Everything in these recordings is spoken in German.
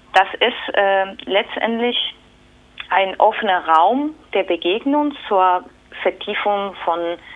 Das ist letztendlich ein offener Raum der Begegnung zur Vertiefung von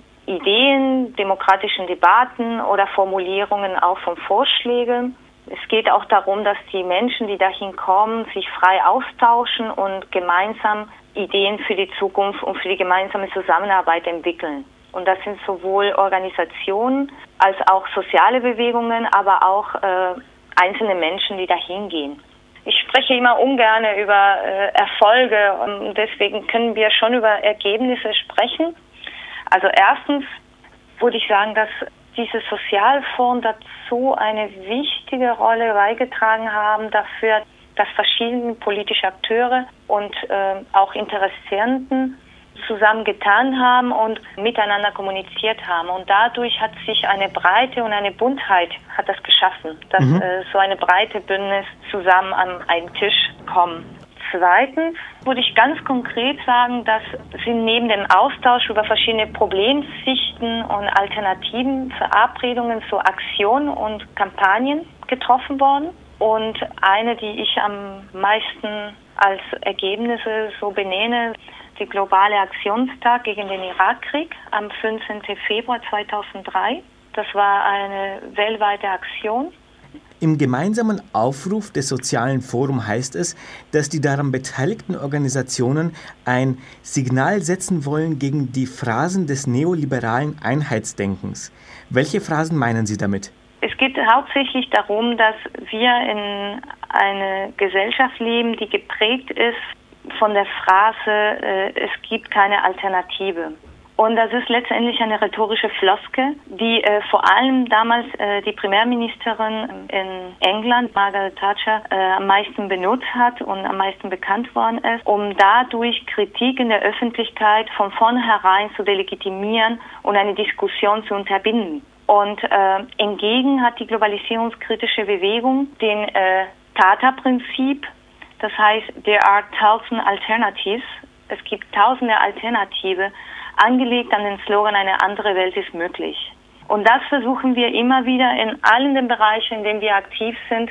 Ideen, demokratischen Debatten oder Formulierungen auch von Vorschlägen. Es geht auch darum, dass die Menschen, die dahin kommen, sich frei austauschen und gemeinsam Ideen für die Zukunft und für die gemeinsame Zusammenarbeit entwickeln. Und das sind sowohl Organisationen als auch soziale Bewegungen, aber auch einzelne Menschen, die dahin gehen. Ich spreche immer ungern über Erfolge und deswegen können wir schon über Ergebnisse sprechen. Also erstens würde ich sagen, dass diese Sozialfonds dazu eine wichtige Rolle beigetragen haben dafür, dass verschiedene politische Akteure und auch Interessenten zusammengetan haben und miteinander kommuniziert haben. Und dadurch hat sich eine Breite und eine Buntheit hat das geschaffen, dass so eine breite Bündnis zusammen an einen Tisch kommen. Zweitens würde ich ganz konkret sagen, dass sie neben dem Austausch über verschiedene Problemsichten und alternativen Verabredungen zu Aktionen und Kampagnen getroffen worden. Und eine, die ich am meisten als Ergebnisse so benenne, die globale Aktionstag gegen den Irakkrieg am 15. Februar 2003. Das war eine weltweite Aktion. Im gemeinsamen Aufruf des Sozialen Forums heißt es, dass die daran beteiligten Organisationen ein Signal setzen wollen gegen die Phrasen des neoliberalen Einheitsdenkens. Welche Phrasen meinen Sie damit? Es geht hauptsächlich darum, dass wir in einer Gesellschaft leben, die geprägt ist von der Phrase, es gibt keine Alternative. Und das ist letztendlich eine rhetorische Floskel, die vor allem damals die Premierministerin in England, Margaret Thatcher, am meisten benutzt hat und am meisten bekannt worden ist, um dadurch Kritik in der Öffentlichkeit von vornherein zu delegitimieren und eine Diskussion zu unterbinden. Und entgegen hat die globalisierungskritische Bewegung den Tata-Prinzip, das heißt, there are thousand alternatives, es gibt tausende Alternative, angelegt an den Slogan, eine andere Welt ist möglich. Und das versuchen wir immer wieder in allen den Bereichen, in denen wir aktiv sind,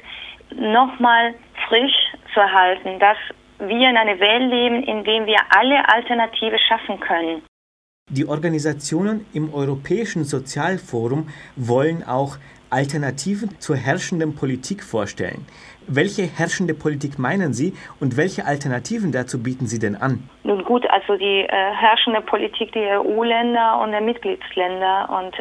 nochmal frisch zu erhalten, dass wir in einer Welt leben, in der wir alle Alternative schaffen können. Die Organisationen im Europäischen Sozialforum wollen auch Alternativen zur herrschenden Politik vorstellen. Welche herrschende Politik meinen Sie und welche Alternativen dazu bieten Sie denn an? Nun gut, also die herrschende Politik der EU-Länder und der Mitgliedsländer und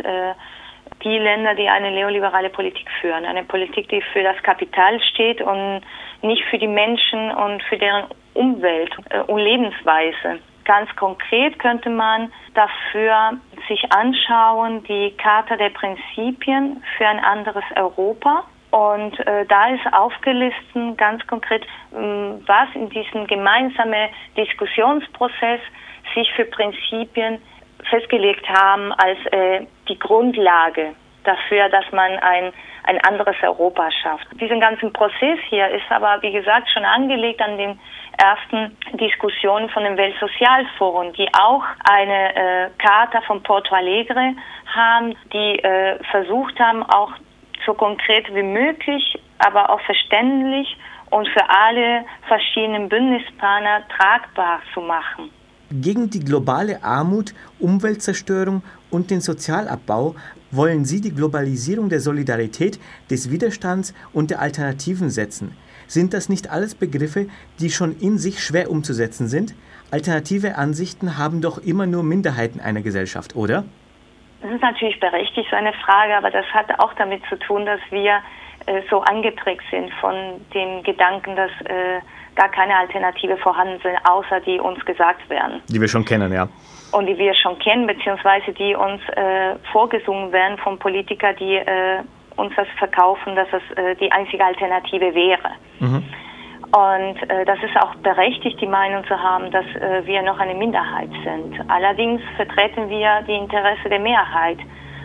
die Länder, die eine neoliberale Politik führen. Eine Politik, die für das Kapital steht und nicht für die Menschen und für deren Umwelt und Lebensweise. Ganz konkret könnte man dafür sich anschauen, die Charta der Prinzipien für ein anderes Europa. Und da ist aufgelistet ganz konkret, was in diesem gemeinsamen Diskussionsprozess sich für Prinzipien festgelegt haben als die Grundlage dafür, dass man ein anderes Europa schafft. Diesen ganzen Prozess hier ist aber, wie gesagt, schon angelegt an den ersten Diskussionen von dem Weltsozialforum, die auch eine Charta von Porto Alegre haben, die versucht haben, auch so konkret wie möglich, aber auch verständlich und für alle verschiedenen Bündnispartner tragbar zu machen. Gegen die globale Armut, Umweltzerstörung und den Sozialabbau wollen Sie die Globalisierung der Solidarität, des Widerstands und der Alternativen setzen. Sind das nicht alles Begriffe, die schon in sich schwer umzusetzen sind? Alternative Ansichten haben doch immer nur Minderheiten einer Gesellschaft, oder? Das ist natürlich berechtigt, so eine Frage, aber das hat auch damit zu tun, dass wir so angeprägt sind von dem Gedanken, dass gar keine Alternative vorhanden sind, außer die uns gesagt werden. Die wir schon kennen, ja. Und die wir schon kennen, beziehungsweise die uns vorgesungen werden von Politikern, die uns das verkaufen, dass es die einzige Alternative wäre. Mhm. Und das ist auch berechtigt, die Meinung zu haben, dass wir noch eine Minderheit sind. Allerdings vertreten wir die Interesse der Mehrheit.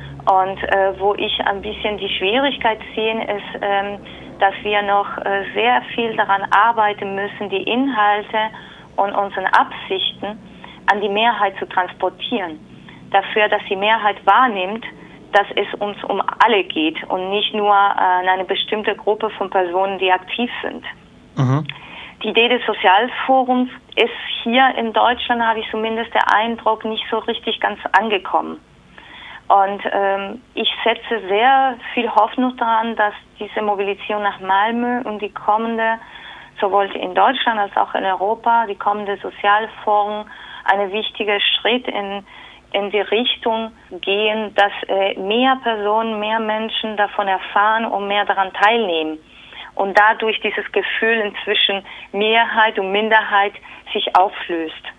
Und wo ich ein bisschen die Schwierigkeit sehe, ist, dass wir noch sehr viel daran arbeiten müssen, die Inhalte und unsere Absichten an die Mehrheit zu transportieren. Dafür, dass die Mehrheit wahrnimmt, dass es uns um alle geht und nicht nur an eine bestimmte Gruppe von Personen, die aktiv sind. Mhm. Die Idee des Sozialforums ist hier in Deutschland, habe ich zumindest den Eindruck, nicht so richtig ganz angekommen. Und ich setze sehr viel Hoffnung daran, dass diese Mobilisierung nach Malmö und die kommende, sowohl in Deutschland als auch in Europa, die kommende Sozialforum ein wichtiger Schritt in die Richtung gehen, dass mehr Personen, mehr Menschen davon erfahren und mehr daran teilnehmen. Und dadurch dieses Gefühl inzwischen Mehrheit und Minderheit sich auflöst.